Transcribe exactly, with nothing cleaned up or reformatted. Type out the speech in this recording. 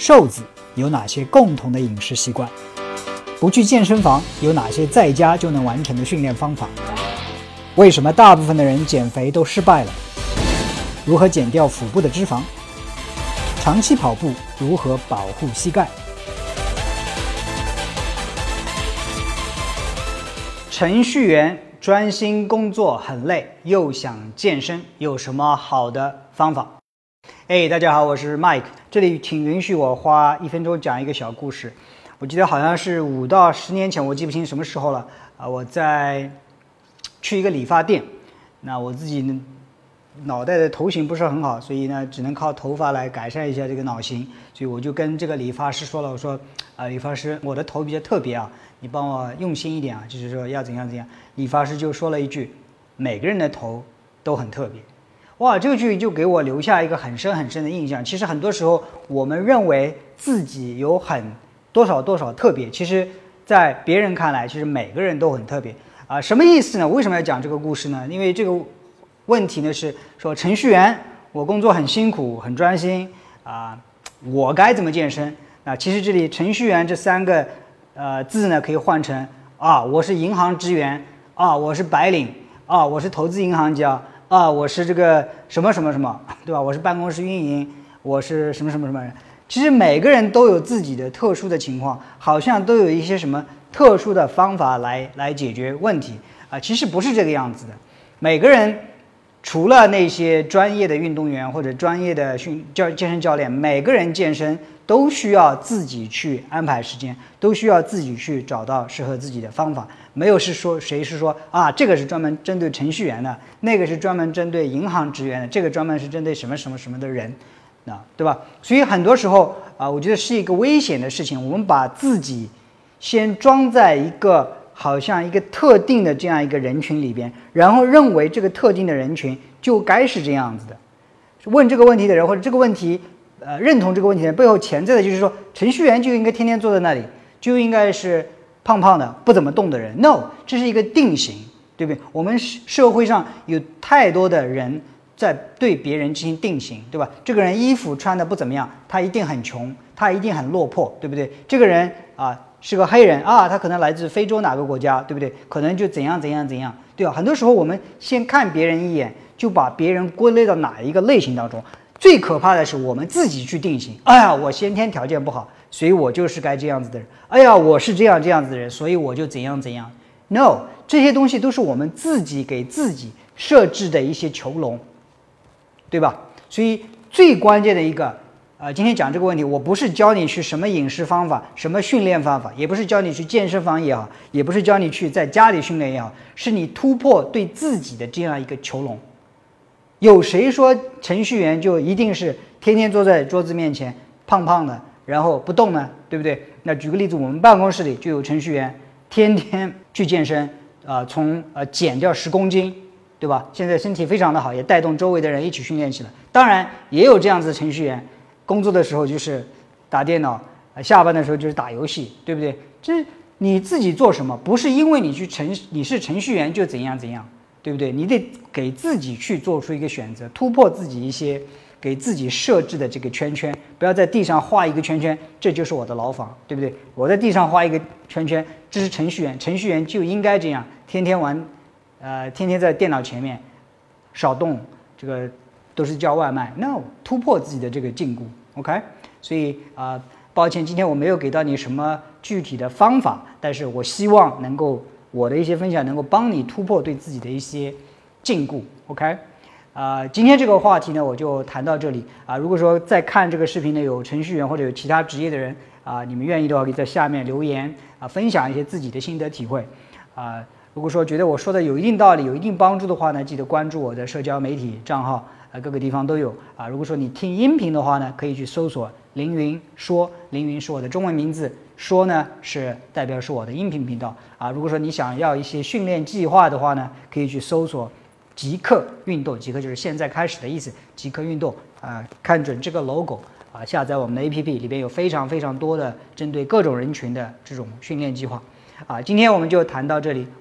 瘦子有哪些共同的饮食习惯？不去健身房有哪些在家就能完成的训练方法？为什么大部分的人减肥都失败了？如何减掉腹部的脂肪？长期跑步如何保护膝盖？程序员专心工作很累，又想健身，有什么好的方法？哎，大家好，我是 Mike， 这里请允许我花一分钟讲一个小故事。我记得好像是五到十年前，我记不清什么时候了啊！我在去一个理发店，那我自己呢脑袋的头型不是很好，所以呢只能靠头发来改善一下这个脑型，所以我就跟这个理发师说了，我说啊、呃，理发师，我的头比较特别啊，你帮我用心一点啊，就是说要怎样怎样。理发师就说了一句，每个人的头都很特别。哇，这个句就给我留下一个很深很深的印象。其实很多时候我们认为自己有很多少多少特别，其实在别人看来，其实每个人都很特别啊、呃。什么意思呢？为什么要讲这个故事呢？因为这个问题呢是说，程序员我工作很辛苦很专心啊、呃，我该怎么健身？那其实这里程序员这三个呃字呢可以换成啊，我是银行职员啊，我是白领啊，我是投资银行家啊，我是这个什么什么什么，对吧？我是办公室运营，我是什么什么什么人。其实每个人都有自己的特殊的情况，好像都有一些什么特殊的方法来来解决问题啊、呃，其实不是这个样子的。每个人除了那些专业的运动员或者专业的训教健身教练，每个人健身都需要自己去安排时间，都需要自己去找到适合自己的方法。没有是说谁是说啊，这个是专门针对程序员的，那个是专门针对银行职员的，这个专门是针对什么什么什么的人，啊，对吧？所以很多时候啊，我觉得是一个危险的事情。我们把自己先装在一个好像一个特定的这样一个人群里边，然后认为这个特定的人群就该是这样子的。问这个问题的人或者这个问题呃认同这个问题的人背后潜在的就是说，程序员就应该天天坐在那里，就应该是胖胖的不怎么动的人。 No， 这是一个定型，对不对？我们社会上有太多的人在对别人进行定型，对吧？这个人衣服穿的不怎么样，他一定很穷，他一定很落魄，对不对？这个人啊是个黑人啊，他可能来自非洲哪个国家，对不对？可能就怎样怎样怎样，对吧？很多时候我们先看别人一眼，就把别人归类到哪一个类型当中。最可怕的是我们自己去定型。哎呀，我先天条件不好，所以我就是该这样子的人。哎呀，我是这样这样子的人，所以我就怎样怎样。No， 这些东西都是我们自己给自己设置的一些囚笼，对吧？所以最关键的一个呃，今天讲这个问题，我不是教你去什么饮食方法，什么训练方法，也不是教你去健身房也好，也不是教你去在家里训练也好，是你突破对自己的这样一个囚笼。有谁说程序员就一定是天天坐在桌子面前胖胖的然后不动呢？对不对？那举个例子，我们办公室里就有程序员天天去健身，呃，从呃减掉十公斤，对吧？现在身体非常的好，也带动周围的人一起训练起来。当然也有这样子的程序员，工作的时候就是打电脑，下班的时候就是打游戏，对不对？这你自己做什么，不是因为你去程你是程序员就怎样怎样，对不对？你得给自己去做出一个选择，突破自己一些给自己设置的这个圈圈，不要在地上画一个圈圈，这就是我的牢房，对不对？我在地上画一个圈圈，这是程序员，程序员就应该这样，天天玩，呃，天天在电脑前面，少动，这个都是叫外卖。No， 突破自己的这个禁锢 ，OK？ 所以啊、呃，抱歉，今天我没有给到你什么具体的方法，但是我希望能够我的一些分享能够帮你突破对自己的一些禁锢 ，OK？ 啊、呃，今天这个话题呢，我就谈到这里啊、呃。如果说在看这个视频的有程序员或者有其他职业的人啊、呃，你们愿意的话，可以在下面留言啊、呃，分享一些自己的心得体会啊、呃。如果说觉得我说的有一定道理、有一定帮助的话呢，记得关注我的社交媒体账号，啊，各个地方都有啊。如果说你听音频的话呢，可以去搜索凌云说，凌云是我的中文名字，说呢是代表是我的音频频道啊。如果说你想要一些训练计划的话呢，可以去搜索极客运动，极客就是现在开始的意思，极客运动啊，看准这个 logo 啊，下载我们的 A P P， 里边有非常非常多的针对各种人群的这种训练计划啊。今天我们就谈到这里。